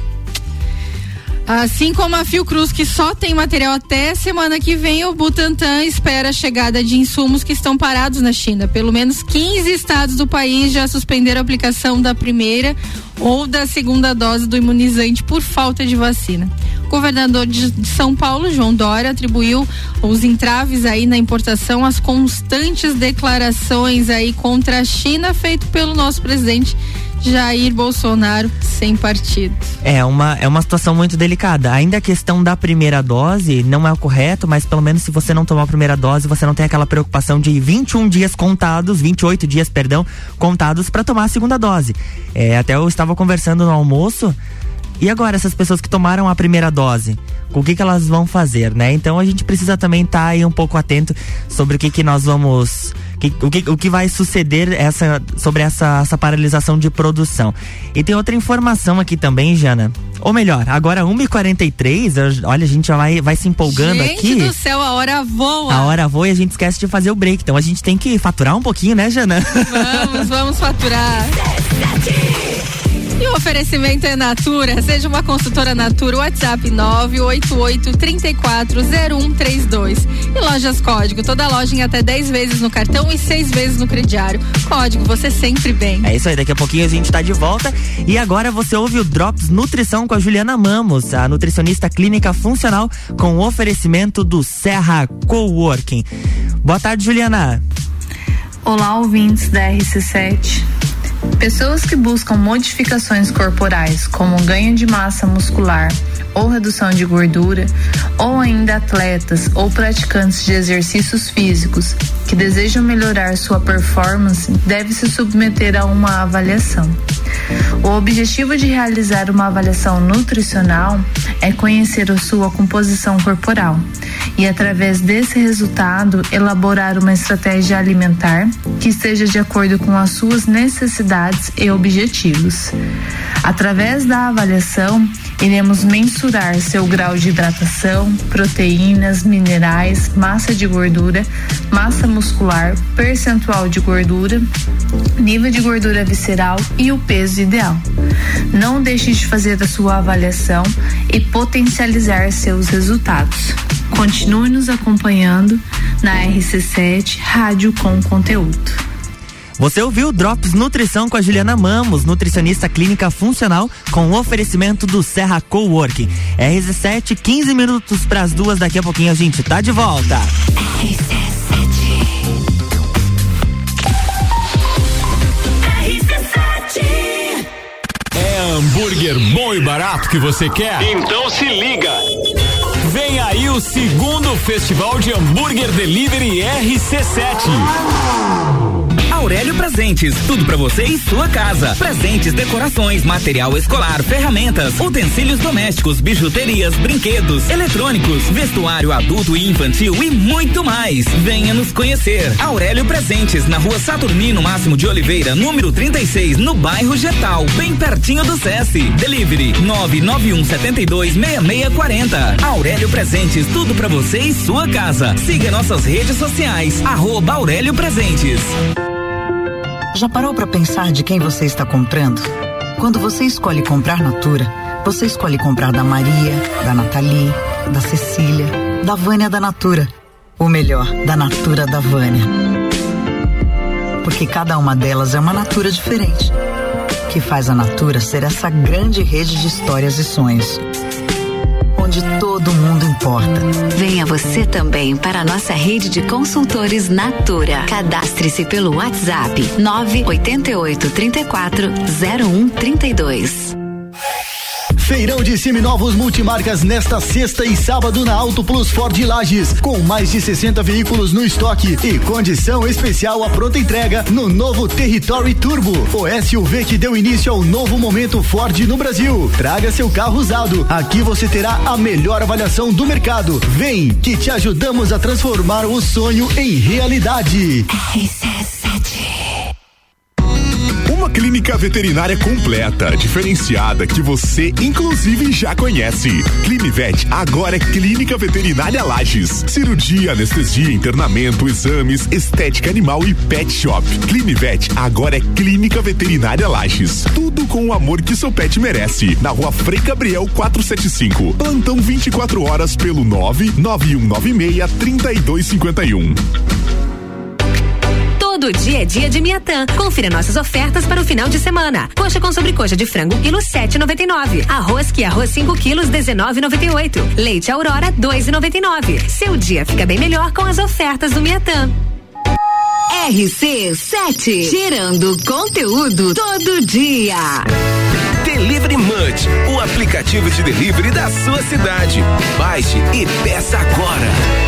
Assim como a Fiocruz, que só tem material até semana que vem, o Butantan espera a chegada de insumos que estão parados na China. Pelo menos quinze estados do país já suspenderam a aplicação da primeira ou da segunda dose do imunizante por falta de vacina. O governador de São Paulo, João Dória, atribuiu os entraves aí na importação às constantes declarações aí contra a China feito pelo nosso presidente Jair Bolsonaro sem partido. É uma, é uma situação muito delicada. Ainda a questão da primeira dose não é o correto, mas pelo menos se você não tomar a primeira dose, você não tem aquela preocupação de vinte e um dias contados, vinte e oito dias, perdão, contados para tomar a segunda dose. É, até eu estava conversando no almoço. E agora, essas pessoas que tomaram a primeira dose, o que que elas vão fazer, né? Então a gente precisa também estar tá aí um pouco atento sobre o que que nós vamos, que, o, que, o que vai suceder essa, sobre essa, essa paralisação de produção. E tem outra informação aqui também, Jana. Ou melhor, agora uma e quarenta e três, olha, a gente já vai, vai se empolgando gente aqui. Gente do céu, a hora voa. A hora voa e a gente esquece de fazer o break. Então a gente tem que faturar um pouquinho, né, Jana? Vamos, vamos faturar. E o oferecimento é Natura, seja uma consultora Natura, WhatsApp nove oito oito, três quatro zero um três dois. E Lojas Código, toda loja em até dez vezes no cartão e seis vezes no crediário. Código, você sempre bem. É isso aí, daqui a pouquinho a gente tá de volta e agora você ouve o Drops Nutrição com a Juliana Mamos, a nutricionista clínica funcional com o oferecimento do Serra Coworking. Boa tarde, Juliana. Olá, ouvintes da R C sete. Pessoas que buscam modificações corporais, como ganho de massa muscular ou redução de gordura, ou ainda atletas ou praticantes de exercícios físicos que desejam melhorar sua performance, devem se submeter a uma avaliação. O objetivo de realizar uma avaliação nutricional é conhecer a sua composição corporal e, através desse resultado, elaborar uma estratégia alimentar que esteja de acordo com as suas necessidades e objetivos. Através da avaliação, iremos mensurar seu grau de hidratação, proteínas, minerais, massa de gordura, massa muscular, percentual de gordura, nível de gordura visceral e o peso ideal. Não deixe de fazer a sua avaliação e potencializar seus resultados. Continue nos acompanhando na R C sete Rádio com Conteúdo. Você ouviu Drops Nutrição com a Juliana Mamos, nutricionista clínica funcional, com o oferecimento do Serra Coworking. R C sete, quinze minutos para as duas, daqui a pouquinho a gente tá de volta. R C sete. R C sete. É hambúrguer bom e barato que você quer? Então se liga! Vem aí o segundo Festival de Hambúrguer Delivery R C sete. Aurélio Presentes, tudo pra você em sua casa. Presentes, decorações, material escolar, ferramentas, utensílios domésticos, bijuterias, brinquedos, eletrônicos, vestuário adulto e infantil e muito mais. Venha nos conhecer. Aurélio Presentes, na rua Saturnino Máximo de Oliveira, número trinta e seis, no bairro Getal, bem pertinho do SESI. Delivery nove nove um sete dois, seis seis quatro zero. Aurélio Presentes, tudo pra você em sua casa. Siga nossas redes sociais, arroba Aurélio Presentes. Já parou para pensar de quem você está comprando? Quando você escolhe comprar Natura, você escolhe comprar da Maria, da Nathalie, da Cecília, da Vânia da Natura. Ou melhor, da Natura da Vânia. Porque cada uma delas é uma Natura diferente, que faz a Natura ser essa grande rede de histórias e sonhos, onde todo importa. Venha você também para a nossa rede de consultores Natura. Cadastre-se pelo WhatsApp nove oito oito, três quatro, zero um três dois. Feirão de seminovos multimarcas nesta sexta e sábado na Auto Plus Ford Lages, com mais de sessenta veículos no estoque e condição especial à pronta entrega no novo Territory Turbo, o S U V que deu início ao novo momento Ford no Brasil. Traga seu carro usado, aqui você terá a melhor avaliação do mercado. Vem, que te ajudamos a transformar o sonho em realidade. R C sete. Uma clínica veterinária completa, diferenciada, que você inclusive já conhece. Clinivet agora é Clínica Veterinária Lages. Cirurgia, anestesia, internamento, exames, estética animal e pet shop. Clinivet agora é Clínica Veterinária Lages. Tudo com o amor que seu pet merece. Na Rua Frei Gabriel quatrocentos e setenta e cinco. Plantão vinte e quatro horas pelo nove nove um nove seis, três dois cinco um. Todo dia é dia de Miatã. Confira nossas ofertas para o final de semana. Coxa com sobrecoxa de frango quilo sete e noventa e nove. Arroz que arroz cinco quilos dezenove e noventa e oito. Leite Aurora dois e noventa e nove. Seu dia fica bem melhor com as ofertas do Miatã. R C sete, gerando conteúdo todo dia. Delivery Munch, o aplicativo de delivery da sua cidade. Baixe e peça agora.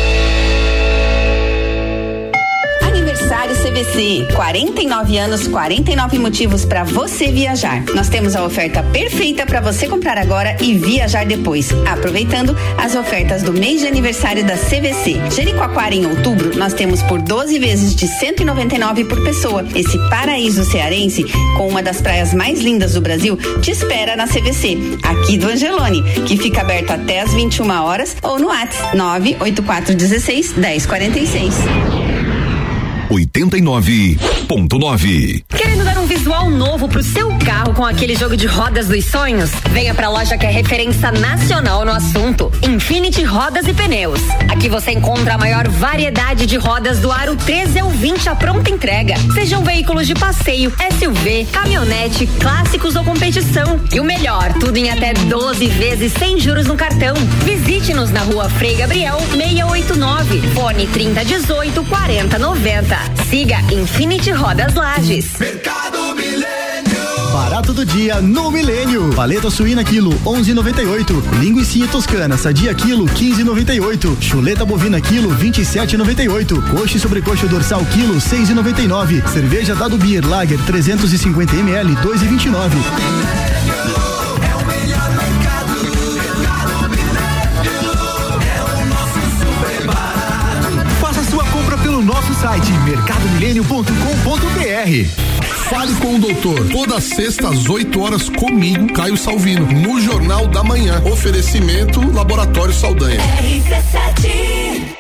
Aniversário C V C, quarenta e nove anos, quarenta e nove motivos para você viajar. Nós temos a oferta perfeita para você comprar agora e viajar depois, aproveitando as ofertas do mês de aniversário da C V C. Jericoacoara em outubro, nós temos por doze vezes de cento e noventa e nove por pessoa. Esse paraíso cearense, com uma das praias mais lindas do Brasil, te espera na C V C, aqui do Angelone, que fica aberto até às vinte e uma horas ou no WhatsApp nove oito quatro um seis, um zero quatro seis. oitenta e nove ponto nove. Querendo dar um visual novo pro seu carro com aquele jogo de rodas dos sonhos? Venha pra loja que é referência nacional no assunto, Infinity Rodas e Pneus. Aqui você encontra a maior variedade de rodas do aro treze ao vinte à pronta entrega. Sejam veículos de passeio, S U V, caminhonete, clássicos ou competição. E o melhor, tudo em até doze vezes sem juros no cartão. Visite-nos na Rua Frei Gabriel seiscentos e oitenta e nove, fone trinta dezoito, quarenta noventa. Siga Infinity Rodas Lages. Mercado Milênio. Barato do dia no Milênio. Paleta suína quilo onze e noventa e oito. Linguiça toscana sadia quilo quinze e noventa e oito. Chuleta bovina quilo vinte e sete e noventa e oito. Coxa e sobrecoxa dorsal quilo seis e noventa e nove. Cerveja Dado Beer Lager trezentos e cinquenta mililitros dois e vinte e nove. Nosso site mercado milênio ponto com ponto br. Fale com o doutor. Toda sexta às oito horas comigo, Caio Salvino, no Jornal da Manhã. Oferecimento Laboratório Saldanha. R C sete.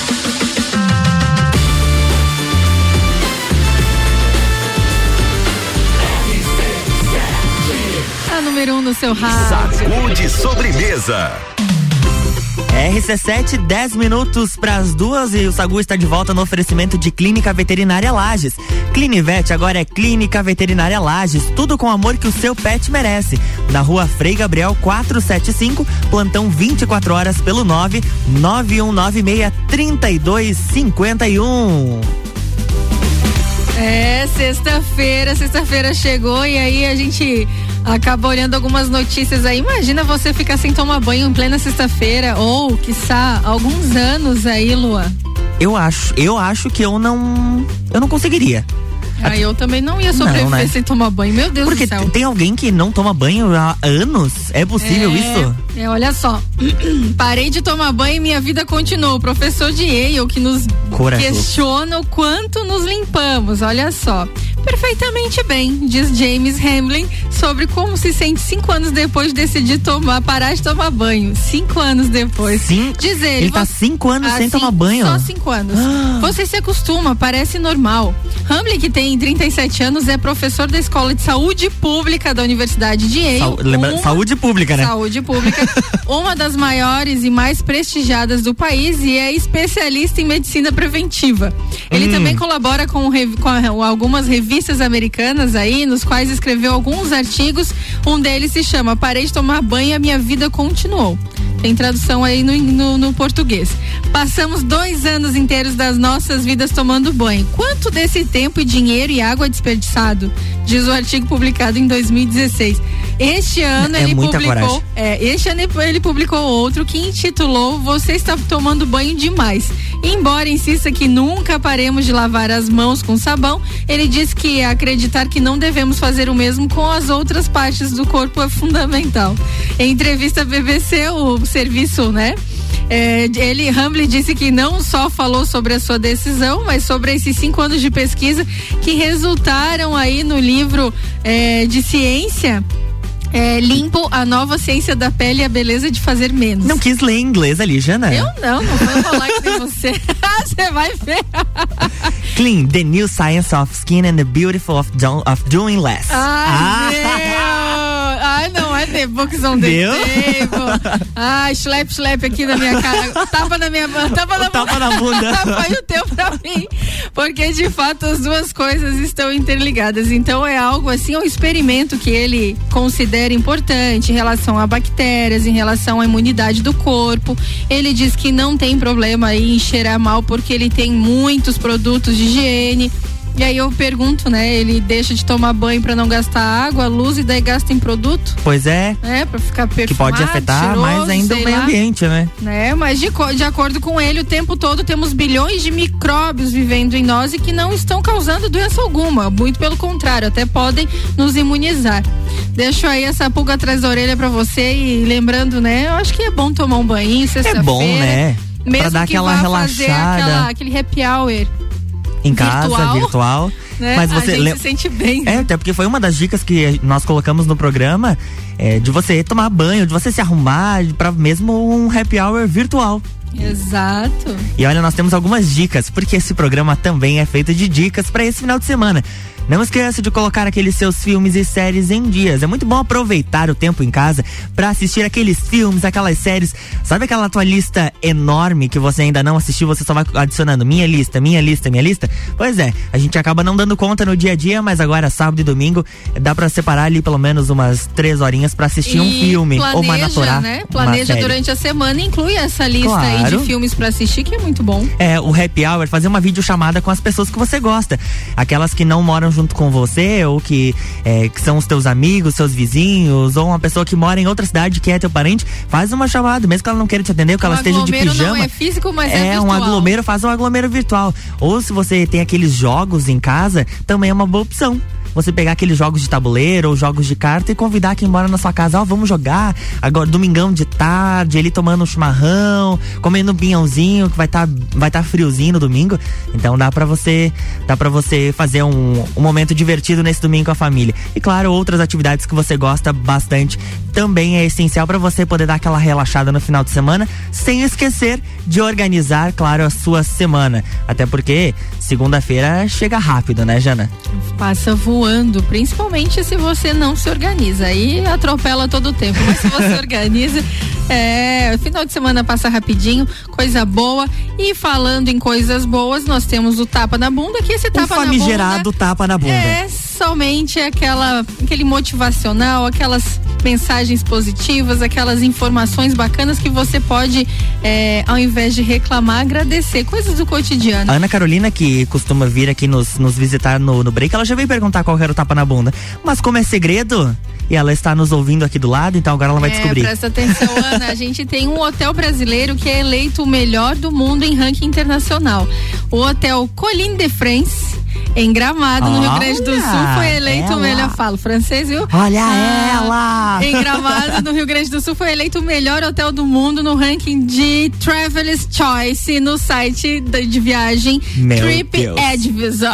A número um no seu rádio. Sacude sobremesa. R C sete, dez minutos para as duas e o Sagu está de volta no oferecimento de Clínica Veterinária Lages. Clinivet agora é Clínica Veterinária Lages, tudo com o amor que o seu pet merece. Na Rua Frei Gabriel quatrocentos e setenta e cinco, plantão vinte e quatro horas pelo nove nove um nove seis, três dois cinco um. É, sexta-feira, sexta-feira chegou e aí a gente acaba olhando algumas notícias aí. Imagina você ficar sem tomar banho em plena sexta-feira ou, quiçá, alguns anos aí, Lua. Eu acho, eu acho que eu não, eu não conseguiria. Ah, eu também não ia sobreviver não, né? sem tomar banho, meu Deus Porque do céu. Porque tem alguém que não toma banho há anos? É possível é, isso? É, olha só, parei de tomar banho e minha vida continuou. O professor de Yale que nos Corajoso. questiona o quanto nos limpamos, olha só. Perfeitamente bem, diz James Hamlin sobre como se sente cinco anos depois de decidir tomar, parar de tomar banho. Cinco anos depois. Sim. Diz ele. Ele tá cinco anos sem assim, tomar banho. Só cinco anos. Ah. Você se acostuma, parece normal. Hamlin, que tem trinta e sete anos, é professor da Escola de Saúde Pública da Universidade de Yale. Sa lembra, uma, saúde pública, né? Saúde pública. Uma das maiores e mais prestigiadas do país e é especialista em medicina preventiva. Ele hum. também colabora com, com algumas revistas americanas aí, nos quais escreveu alguns artigos. Um deles se chama Parei de tomar banho e a minha vida continuou. Tem tradução aí no, no, no português. Passamos dois anos inteiros das nossas vidas tomando banho. Quanto desse tempo e dinheiro e água desperdiçado? Diz o artigo publicado em dois mil e dezesseis. Este ano é ele muita publicou, coragem. é, este ano ele publicou outro que intitulou Você está tomando banho demais. Embora insista que nunca paremos de lavar as mãos com sabão, ele diz que acreditar que não devemos fazer o mesmo com as outras partes do corpo é fundamental. Em entrevista à B B C, o serviço, né? É, ele, Hamble, disse que não só falou sobre a sua decisão, mas sobre esses cinco anos de pesquisa que resultaram aí no livro é, de ciência. É, limpo, a nova ciência da pele e a beleza de fazer menos. Não quis ler inglês ali, Jana? Eu não, não vou falar que nem você. Você vai ver. Clean, the new science of skin and the beautiful of, do, of doing less. Ai, meu. Ai, não é The Books on the Deu? Table. Ai, slap, slap aqui na minha cara. Tapa na minha tapa na, tapa na bunda. Tapa aí o teu pra mim. Porque de fato as duas coisas estão interligadas. Então é algo assim, um experimento que ele considera importante em relação a bactérias, em relação à imunidade do corpo. Ele diz que não tem problema aí em cheirar mal porque ele tem muitos produtos de higiene. E aí eu pergunto, né? Ele deixa de tomar banho pra não gastar água, luz e daí gasta em produto? Pois é. É, pra ficar perfumado, que pode afetar cheiroso, mais ainda o meio lá. ambiente, né? né? Mas de, de acordo com ele, o tempo todo temos bilhões de micróbios vivendo em nós e que não estão causando doença alguma. Muito pelo contrário, até podem nos imunizar. Deixo aí essa pulga atrás da orelha pra você e lembrando, né? Eu acho que é bom tomar um banho, sexta-feira. É bom, né? Mesmo pra dar que aquela vá relaxada. fazer aquela, aquele happy hour. Em casa, virtual, virtual. Né? Mas você a gente lem... se sente bem. É, até porque foi uma das dicas que nós colocamos no programa, é, de você tomar banho, de você se arrumar para mesmo um happy hour virtual. Exato. E olha, nós temos algumas dicas, porque esse programa também é feito de dicas para esse final de semana. Não esqueça de colocar aqueles seus filmes e séries em dias. É muito bom aproveitar o tempo em casa para assistir aqueles filmes, aquelas séries. Sabe aquela tua lista enorme que você ainda não assistiu, você só vai adicionando minha lista, minha lista, minha lista? Pois é, a gente acaba não dando conta no dia a dia, mas agora sábado e domingo dá para separar ali pelo menos umas três horinhas para assistir e um filme planeja, ou maratorar, né? Planeja durante a semana e inclui essa lista claro. aí de filmes para assistir, que é muito bom. É, o happy hour, fazer uma videochamada com as pessoas que você gosta. Aquelas que não moram junto com você, ou que, é, que são os teus amigos, seus vizinhos, ou uma pessoa que mora em outra cidade que é teu parente, faz uma chamada, mesmo que ela não queira te atender, que ela esteja de pijama. Não é físico, mas é, é virtual. um aglomero, faz um aglomero virtual. Ou se você tem aqueles jogos em casa, também é uma boa opção. Você pegar aqueles jogos de tabuleiro ou jogos de carta e convidar quem mora na sua casa, ó, oh, vamos jogar agora domingão de tarde, ele tomando um chimarrão, comendo um pinhãozinho que vai estar tá, vai tá friozinho no domingo. Então dá pra você dá para você fazer um, um momento divertido nesse domingo com a família. E claro, outras atividades que você gosta bastante também é essencial para você poder dar aquela relaxada no final de semana, sem esquecer de organizar, claro, a sua semana. Até porque segunda-feira chega rápido, né, Jana? Passa voando, principalmente se você não se organiza. Aí atropela todo o tempo. Mas se você organiza, é, o final de semana passa rapidinho, coisa boa. E falando em coisas boas, nós temos o tapa na bunda, que esse tapa o na bunda. famigerado tapa na bunda. É somente aquela, aquele motivacional, aquelas mensagens positivas, aquelas informações bacanas que você pode, é, ao invés de reclamar, agradecer. Coisas do cotidiano. A Ana Carolina, que costuma vir aqui nos, nos visitar no, no break, ela já veio perguntar qual era o tapa na bunda. Mas como é segredo, e ela está nos ouvindo aqui do lado, então agora ela vai é, descobrir. Presta atenção, Ana. A gente tem um hotel brasileiro que é eleito o melhor do mundo em ranking internacional. O Hotel Colline de France, em Gramado, no Rio Grande do Sul, foi eleito o melhor. Falo francês, viu? Olha ah, ela! Em Gramado, no Rio Grande do Sul, foi eleito o melhor hotel do mundo no ranking de Traveler's Choice no site de, de viagem TripAdvisor.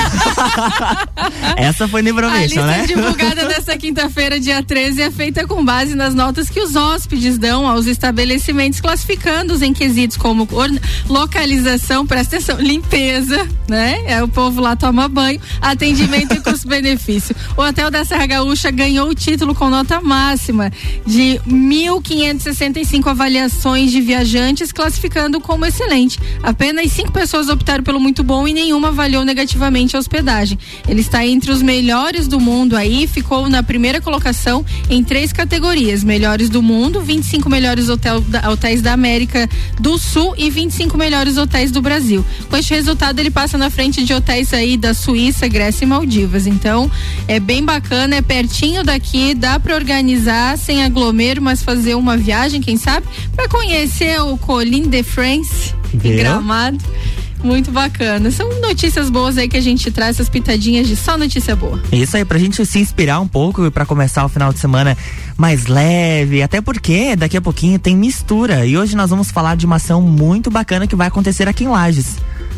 Essa foi no Information, né? A lista divulgada nesta quinta-feira, dia treze, é feita com base nas notas que os hóspedes dão aos estabelecimentos, classificando-os em quesitos como localização, presta atenção, limpeza, né? É, o povo povo lá toma banho, atendimento e custo-benefício. O Hotel da Serra Gaúcha ganhou o título com nota máxima de mil quinhentos e sessenta e cinco avaliações de viajantes, classificando como excelente. Apenas cinco pessoas optaram pelo muito bom e nenhuma avaliou negativamente a hospedagem. Ele está entre os melhores do mundo aí, ficou na primeira colocação em três categorias: melhores do mundo, vinte e cinco melhores hotel, da, hotéis da América do Sul e vinte e cinco melhores hotéis do Brasil. Com este resultado, ele passa na frente de hotéis aí da Suíça, Grécia e Maldivas. Então, é bem bacana, é pertinho daqui, dá para organizar sem aglomero, mas fazer uma viagem, quem sabe, para conhecer o Colline de France em Gramado. Muito bacana. São notícias boas aí que a gente traz, essas pitadinhas de só notícia boa. Isso aí, pra gente se inspirar um pouco e pra começar o final de semana mais leve, até porque daqui a pouquinho tem mistura. E hoje nós vamos falar de uma ação muito bacana que vai acontecer aqui em Lages.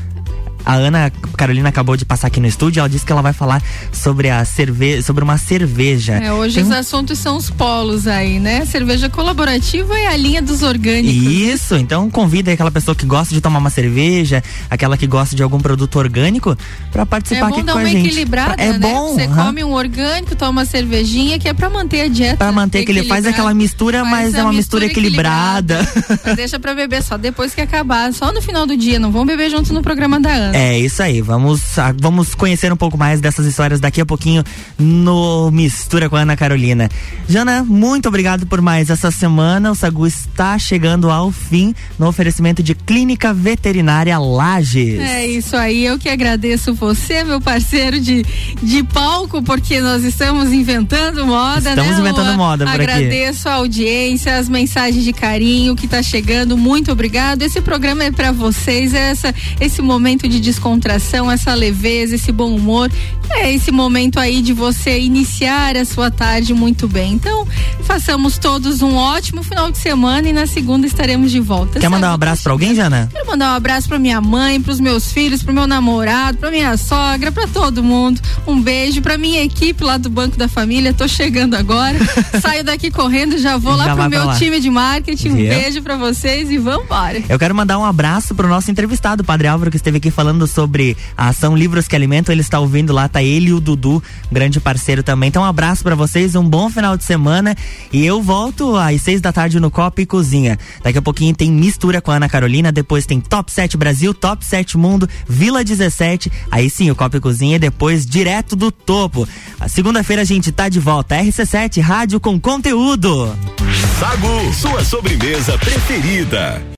A Ana Carolina acabou de passar aqui no estúdio, ela disse que ela vai falar sobre a cerveja, sobre uma cerveja. É, hoje Tem... os assuntos são os polos aí, né? Cerveja colaborativa e a linha dos orgânicos. Isso, então convida aquela pessoa que gosta de tomar uma cerveja, aquela que gosta de algum produto orgânico, pra participar aqui com a gente. É bom dar uma equilibrada, é né? Bom, Você uhum. come um orgânico, toma uma cervejinha, que é pra manter a dieta. Pra manter que ele faz aquela mistura, mas é uma mistura, mistura equilibrada. equilibrada. Mas deixa pra beber só depois que acabar, só no final do dia, não vão beber junto no programa da Ana. É isso aí, vamos, vamos conhecer um pouco mais dessas histórias daqui a pouquinho no Mistura com a Ana Carolina. Jana, muito obrigado por mais essa semana. O Sagu está chegando ao fim no oferecimento de Clínica Veterinária Lages. É isso aí, eu que agradeço você, meu parceiro de, de palco, porque nós estamos inventando moda, estamos né? Estamos inventando moda por agradeço aqui. Agradeço a audiência, as mensagens de carinho que está chegando, muito obrigado. Esse programa é para vocês, é essa, esse momento de descontração, essa leveza, esse bom humor, é esse momento aí de você iniciar a sua tarde muito bem. Então, façamos todos um ótimo final de semana e na segunda estaremos de volta. Quer sabe? Mandar um abraço pra alguém, Jana? Quero mandar um abraço pra minha mãe, pros meus filhos, pro meu namorado, pra minha sogra, pra todo mundo. Um beijo pra minha equipe lá do Banco da Família, tô chegando agora. Saio daqui correndo, já vou já lá pro meu lá. time de marketing. Um Viu? beijo pra vocês e vambora. Eu quero mandar um abraço pro nosso entrevistado, o Padre Álvaro, que esteve aqui falando sobre a ação Livros que Alimentam. Ele está ouvindo lá, tá ele e o Dudu, grande parceiro também. Então um abraço pra vocês, um bom final de semana e eu volto às seis da tarde no Copa e Cozinha. Daqui a pouquinho tem Mistura com a Ana Carolina, depois tem Top sete Brasil, Top sete Mundo, Vila dezessete, aí sim o Copa e Cozinha e depois direto do topo. A segunda-feira a gente tá de volta, R C sete Rádio com conteúdo. Sagu, sua sobremesa preferida.